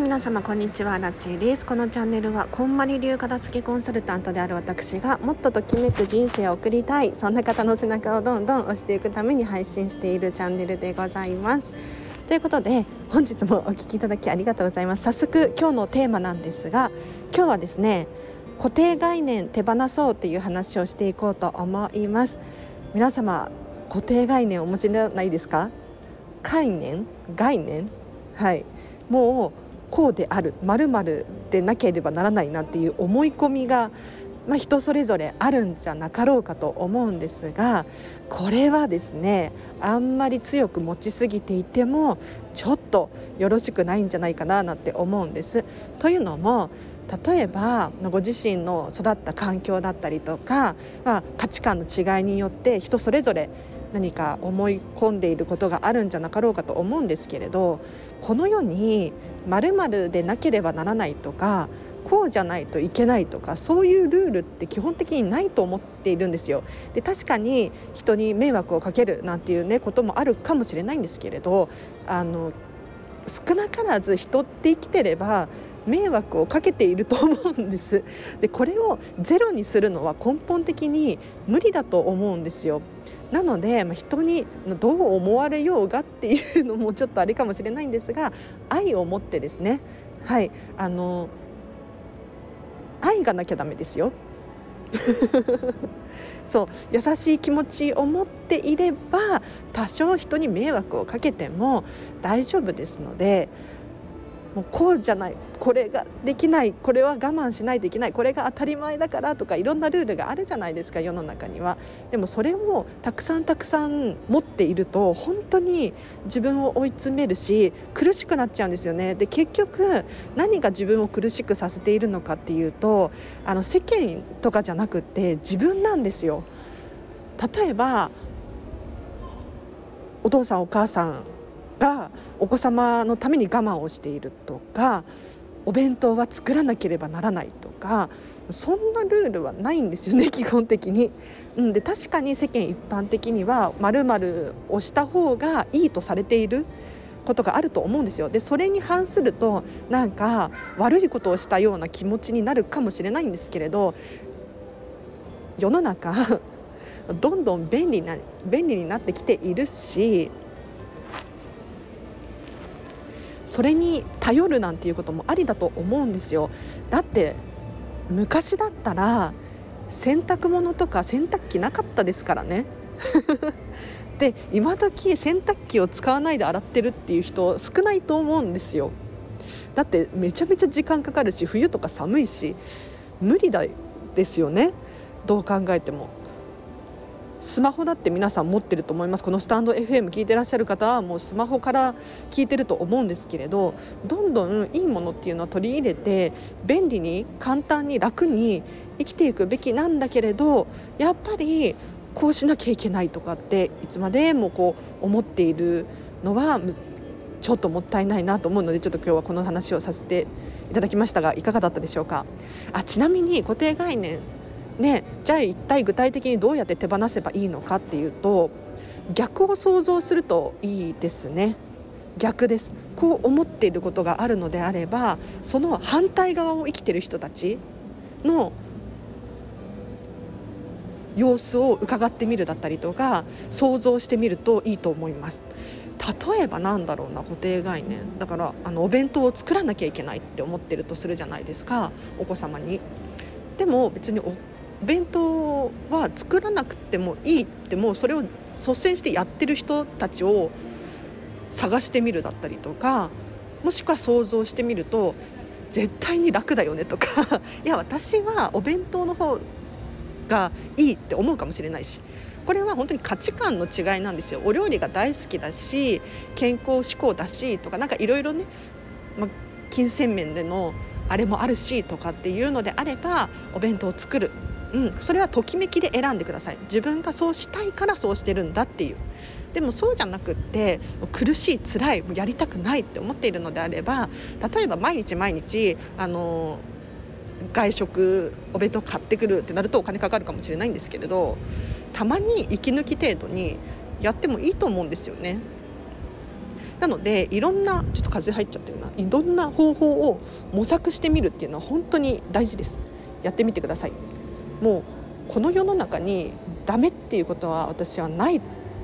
皆様こんにちは、ラッチーです。このチャンネルはこんまり流片付けコンサルタントである私がもっとときめく人生を送りたい、そんな方の背中をどんどん押していくために配信しているチャンネルでございます。ということで本日もお聞きいただきありがとうございます。早速今日のテーマなんですが、今日はですね、固定概念手放そうという話をしていこうと思います。皆様固定概念をお持ちではないですか？概念はい、もうこうである、〇〇でなければならないなっていう思い込みが、人それぞれあるんじゃなかろうかと思うんですが、これはですね、あんまり強く持ちすぎていてもちょっとよろしくないんじゃないかななんて思うんです。というのも、例えばご自身の育った環境だったりとか、価値観の違いによって人それぞれ何か思い込んでいることがあるんじゃなかろうかと思うんですけれど、この世に〇〇でなければならないとか、こうじゃないといけないとか、そういうルールって基本的にないと思っているんですよ。で、確かに人に迷惑をかけるなんていうこともあるかもしれないんですけれど、少なからず人って生きてれば迷惑をかけていると思うんです。で、これをゼロにするのは根本的に無理だと思うんですよ。なので、人にどう思われようがっていうのもちょっとあれかもしれないんですが、愛を持ってですね、愛がなきゃダメですよそう、優しい気持ちを持っていれば多少人に迷惑をかけても大丈夫ですので、もうこうじゃない、これができない、これは我慢しないといけない、これが当たり前だからとか、いろんなルールがあるじゃないですか、世の中には。でもそれをたくさん持っていると本当に自分を追い詰めるし苦しくなっちゃうんですよね。で、結局何が自分を苦しくさせているのかっていうと、世間とかじゃなくって自分なんですよ。例えばお父さんお母さんがお子様のために我慢をしているとか、お弁当は作らなければならないとか、そんなルールはないんですよね、基本的に。で、確かに世間一般的には〇〇をした方がいいとされていることがあると思うんですよ。で、それに反するとなんか悪いことをしたような気持ちになるかもしれないんですけれど、世の中どんどん便利になってきているし、それに頼るなんていうこともありだと思うんですよ。だって昔だったら洗濯物とか洗濯機なかったですからねで、今時洗濯機を使わないで洗ってるっていう人少ないと思うんですよ。だってめちゃめちゃ時間かかるし、冬とか寒いし無理ですよね、どう考えても。スマホだって皆さん持ってると思います。このスタンド FM 聞いてらっしゃる方はもうスマホから聞いてると思うんですけれど、どんどんいいものっていうのは取り入れて便利に簡単に楽に生きていくべきなんだけれど、やっぱりこうしなきゃいけないとかっていつまでも思っているのはちょっともったいないなと思うので、ちょっと今日はこの話をさせていただきましたが、いかがだったでしょうか。ちなみに固定概念じゃあ一体具体的にどうやって手放せばいいのかっていうと、逆を想像するといいですね。逆です。こう思っていることがあるのであれば、その反対側を生きている人たちの様子を伺ってみるだったりとか想像してみるといいと思います。例えばなんだろうな、固定概念だから、お弁当を作らなきゃいけないって思ってるとするじゃないですか、お子様に。でも別にお弁当は作らなくてもいいって、もうそれを率先してやってる人たちを探してみるだったりとか、もしくは想像してみると絶対に楽だよねとかいや私はお弁当の方がいいって思うかもしれないし、これは本当に価値観の違いなんですよ。お料理が大好きだし健康志向だしとか、なんかいろいろね、金銭面でのあれもあるしとかっていうのであれば、お弁当を作る、それはときめきで選んでください。自分がそうしたいからそうしてるんだっていう。でもそうじゃなくって苦しい辛いやりたくないって思っているのであれば、例えば毎日外食お弁当買ってくるってなるとお金かかるかもしれないんですけれど、たまに息抜き程度にやってもいいと思うんですよね。 なのでいろんな、ちょっと風入っちゃってるな、いろんな方法を模索してみるっていうのは本当に大事です。やってみてください。もうこの世の中にダメっていうことは私はない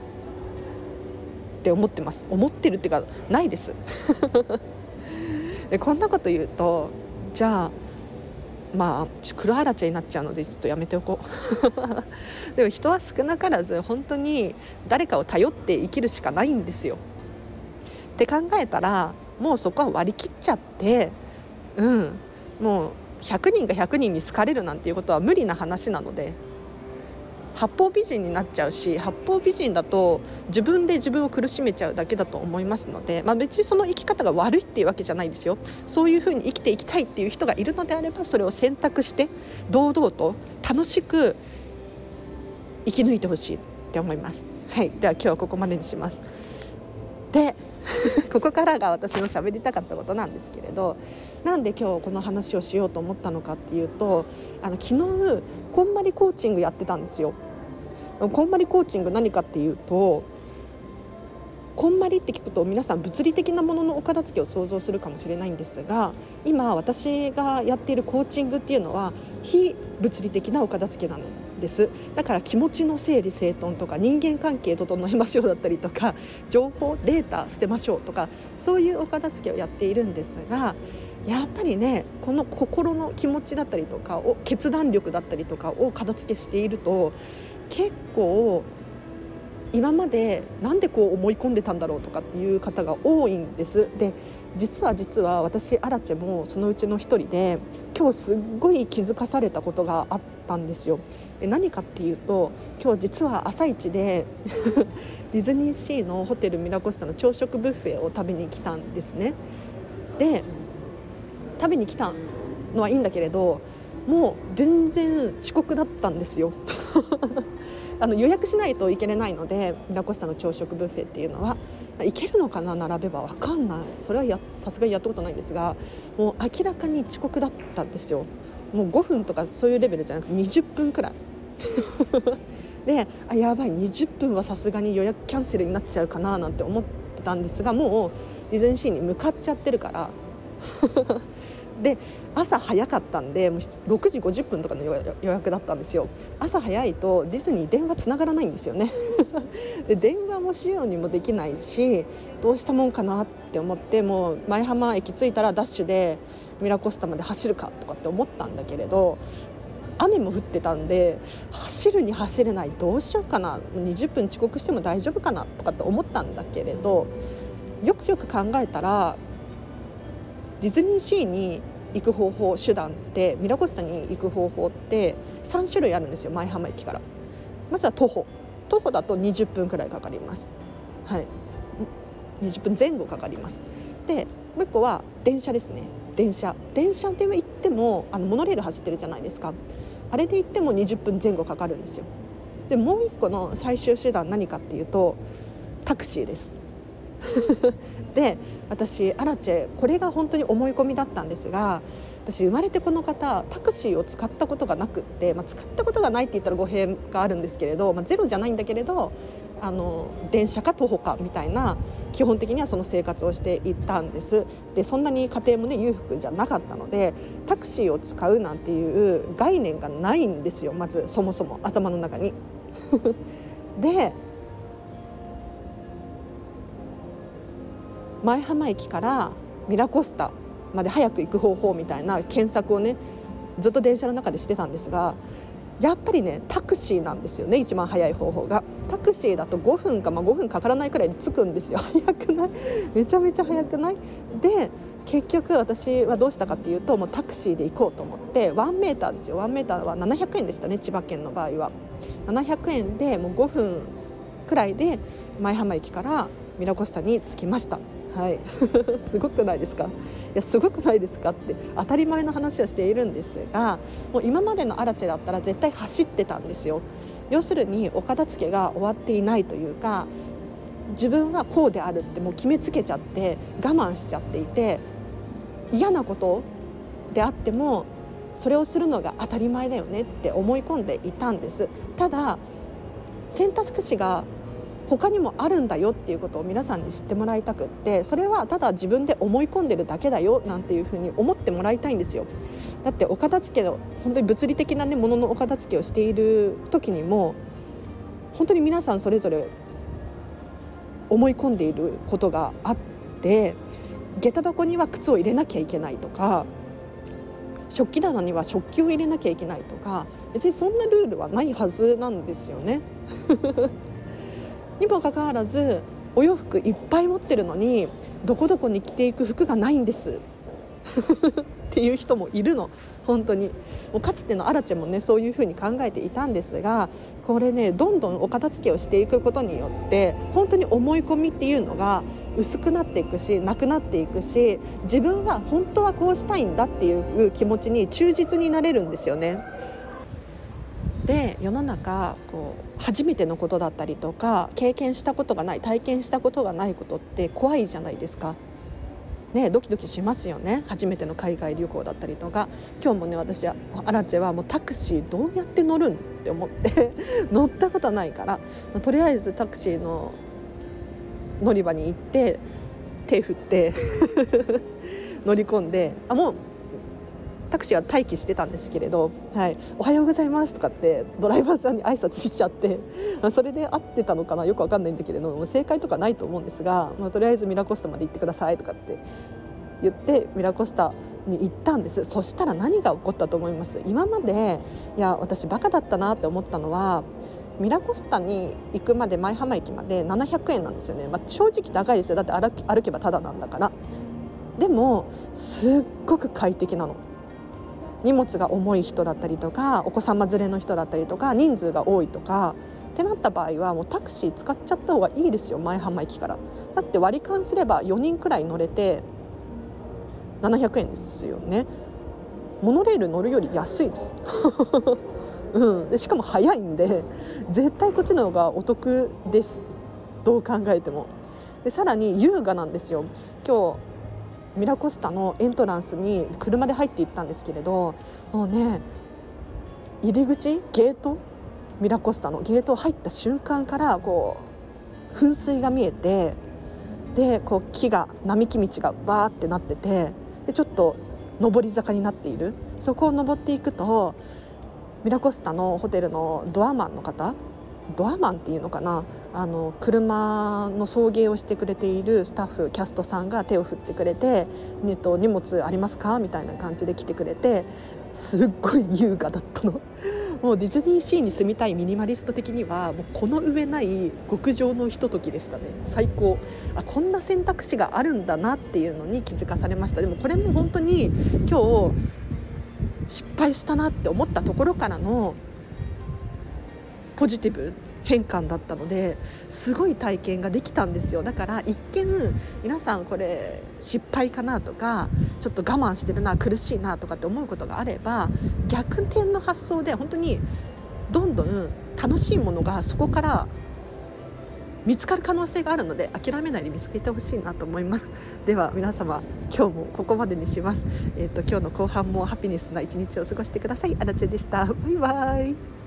って思ってます。思ってるっていうかないですでこんなこと言うと、じゃあ黒あらちゃになっちゃうのでちょっとやめておこうでも人は少なからず本当に誰かを頼って生きるしかないんですよって考えたら、もうそこは割り切っちゃって、もう100人が100人に好かれるなんていうことは無理な話なので、八方美人になっちゃうし、八方美人だと自分で自分を苦しめちゃうだけだと思いますので、別にその生き方が悪いっていうわけじゃないですよ。そういうふうに生きていきたいっていう人がいるのであれば、それを選択して堂々と楽しく生き抜いてほしいって思います。はい、では今日はここまでにします。でここからが私の喋りたかったことなんですけれど、なんで今日この話をしようと思ったのかっていうと、昨日こんまりコーチングやってたんですよ。こんまりコーチング何かっていうと、こんまりって聞くと皆さん物理的なもののお片付けを想像するかもしれないんですが、今私がやっているコーチングっていうのは非物理的なお片付けなんです。だから気持ちの整理整頓とか、人間関係整えましょうだったりとか、情報データ捨てましょうとか、そういうお片付けをやっているんですが、やっぱりね、この心の気持ちだったりとか決断力だったりとかを片付けしていると、結構今までなんでこう思い込んでたんだろうとかっていう方が多いんです。で実は私アラチェもそのうちの一人で、今日すっごい気づかされたことがあったんですよ。何かっていうと、今日実は朝一でディズニーシーのホテルミラコスタの朝食ブッフェを食べに来たんですね。で食べに来たのはいいんだけれど、もう全然遅刻だったんですよ予約しないといけれないので、ミラコスタの朝食ブッフェっていうのは行けるのかな、並べば分かんない、それはさすがにやったことないんですが、もう明らかに遅刻だったんですよ。もう5分とかそういうレベルじゃなくて20分くらいでやばい、20分はさすがに予約キャンセルになっちゃうかななんて思ってたんですが、もうディズニーシーに向かっちゃってるからで朝早かったんで、もう6時50分とかの予約だったんですよ。朝早いとディズニー電話つながらないんですよねで電話もしようにもできないし、どうしたもんかなって思って、もう舞浜駅着いたらダッシュでミラコスタまで走るかとかって思ったんだけれど、雨も降ってたんで、走るに走れない、どうしようかな、20分遅刻しても大丈夫かなとかって思ったんだけれど、よくよく考えたらディズニーシーに行く方法、手段って、ミラコスタに行く方法って3種類あるんですよ。舞浜駅からまずは徒歩だと20分くらいかかります。はい、20分前後かかります。でもう一個は電車ですね。電車で行ってもモノレール走ってるじゃないですか。あれで行っても20分前後かかるんですよ。でもう一個の最終手段何かっていうと、タクシーですで私アラチェ、これが本当に思い込みだったんですが、私生まれてこの方タクシーを使ったことがなくって、使ったことがないって言ったら語弊があるんですけれど、ゼロじゃないんだけれど、電車か徒歩かみたいな、基本的にはその生活をしていったんです。でそんなに家庭もね裕福じゃなかったので、タクシーを使うなんていう概念がないんですよ、まずそもそも頭の中にで舞浜駅からミラコスタまで早く行く方法みたいな検索をねずっと電車の中でしてたんですが、やっぱりねタクシーなんですよね、一番早い方法が。タクシーだと5分か、5分かからないくらいで着くんですよ。早くない？めちゃめちゃ早くない？で結局私はどうしたかっていうと、もうタクシーで行こうと思って、1メーターですよ。1メーターは700円でしたね、千葉県の場合は。700円でもう5分くらいで舞浜駅からミラコスタに着きました。はいすごくないですか？いやすごくないですかって当たり前の話をしているんですが、もう今までのアラチェだったら絶対走ってたんですよ。要するにお片付けが終わっていないというか、自分はこうであるってもう決めつけちゃって我慢しちゃっていて、嫌なことであってもそれをするのが当たり前だよねって思い込んでいたんです。ただ選択肢が他にもあるんだよっていうことを皆さんに知ってもらいたくって、それはただ自分で思い込んでるだけだよなんていうふうに思ってもらいたいんですよ。だってお片付けの本当に物理的な、もののお片付けをしている時にも本当に皆さんそれぞれ思い込んでいることがあって、下駄箱には靴を入れなきゃいけないとか、食器棚には食器を入れなきゃいけないとか、別にそんなルールはないはずなんですよねにもかかわらずお洋服いっぱい持ってるのにどこどこに着ていく服がないんですっていう人もいるの。本当にもうかつてのアラチェもねそういうふうに考えていたんですが、これねどんどんお片付けをしていくことによって本当に思い込みっていうのが薄くなっていくし、なくなっていくし、自分は本当はこうしたいんだっていう気持ちに忠実になれるんですよね。で世の中初めてのことだったりとか、経験したことがない、体験したことがないことって怖いじゃないですかね。ドキドキしますよね。初めての海外旅行だったりとか。今日もね私アラチェはもうタクシーどうやって乗るんって思って乗ったことないから、とりあえずタクシーの乗り場に行って手振って乗り込んで、もうタクシーは待機してたんですけれど、おはようございますとかってドライバーさんに挨拶しちゃって、それで合ってたのかなよく分かんないんだけれども、正解とかないと思うんですが、とりあえずミラコスタまで行ってくださいとかって言ってミラコスタに行ったんです。そしたら何が起こったと思います？今まで私バカだったなって思ったのは、ミラコスタに行くまで舞浜駅まで700円なんですよね。正直高いですよ。だって歩けばタダなんだから。でもすっごく快適なの。荷物が重い人だったりとか、お子様連れの人だったりとか、人数が多いとかってなった場合はもうタクシー使っちゃった方がいいですよ。舞浜駅からだって割り勘すれば4人くらい乗れて700円ですよね。モノレール乗るより安いですでしかも早いんで絶対こっちの方がお得です。どう考えても。でさらに優雅なんですよ。今日ミラコスタのエントランスに車で入っていったんですけれど、もうね入り口ゲート、ミラコスタのゲート入った瞬間から噴水が見えて、で木が並木道がバーってなってて、でちょっと上り坂になっている。そこを登っていくとミラコスタのホテルのドアマンの方、ドアマンっていうのかな、車の送迎をしてくれているスタッフキャストさんが手を振ってくれて、荷物ありますかみたいな感じで来てくれて、すっごい優雅だったのもうディズニーシーに住みたいミニマリスト的にはもうこの上ない極上のひとときでしたね。最高。こんな選択肢があるんだなっていうのに気づかされました。でもこれも本当に今日失敗したなって思ったところからのポジティブ変換だったので、すごい体験ができたんですよ。だから一見皆さんこれ失敗かなとか、ちょっと我慢してるな、苦しいなとかって思うことがあれば、逆転の発想で本当にどんどん楽しいものがそこから見つかる可能性があるので、諦めないで見つけてほしいなと思います。では皆様今日もここまでにします。今日の後半もハピネスな一日を過ごしてください。アラチェでした。バイバイ。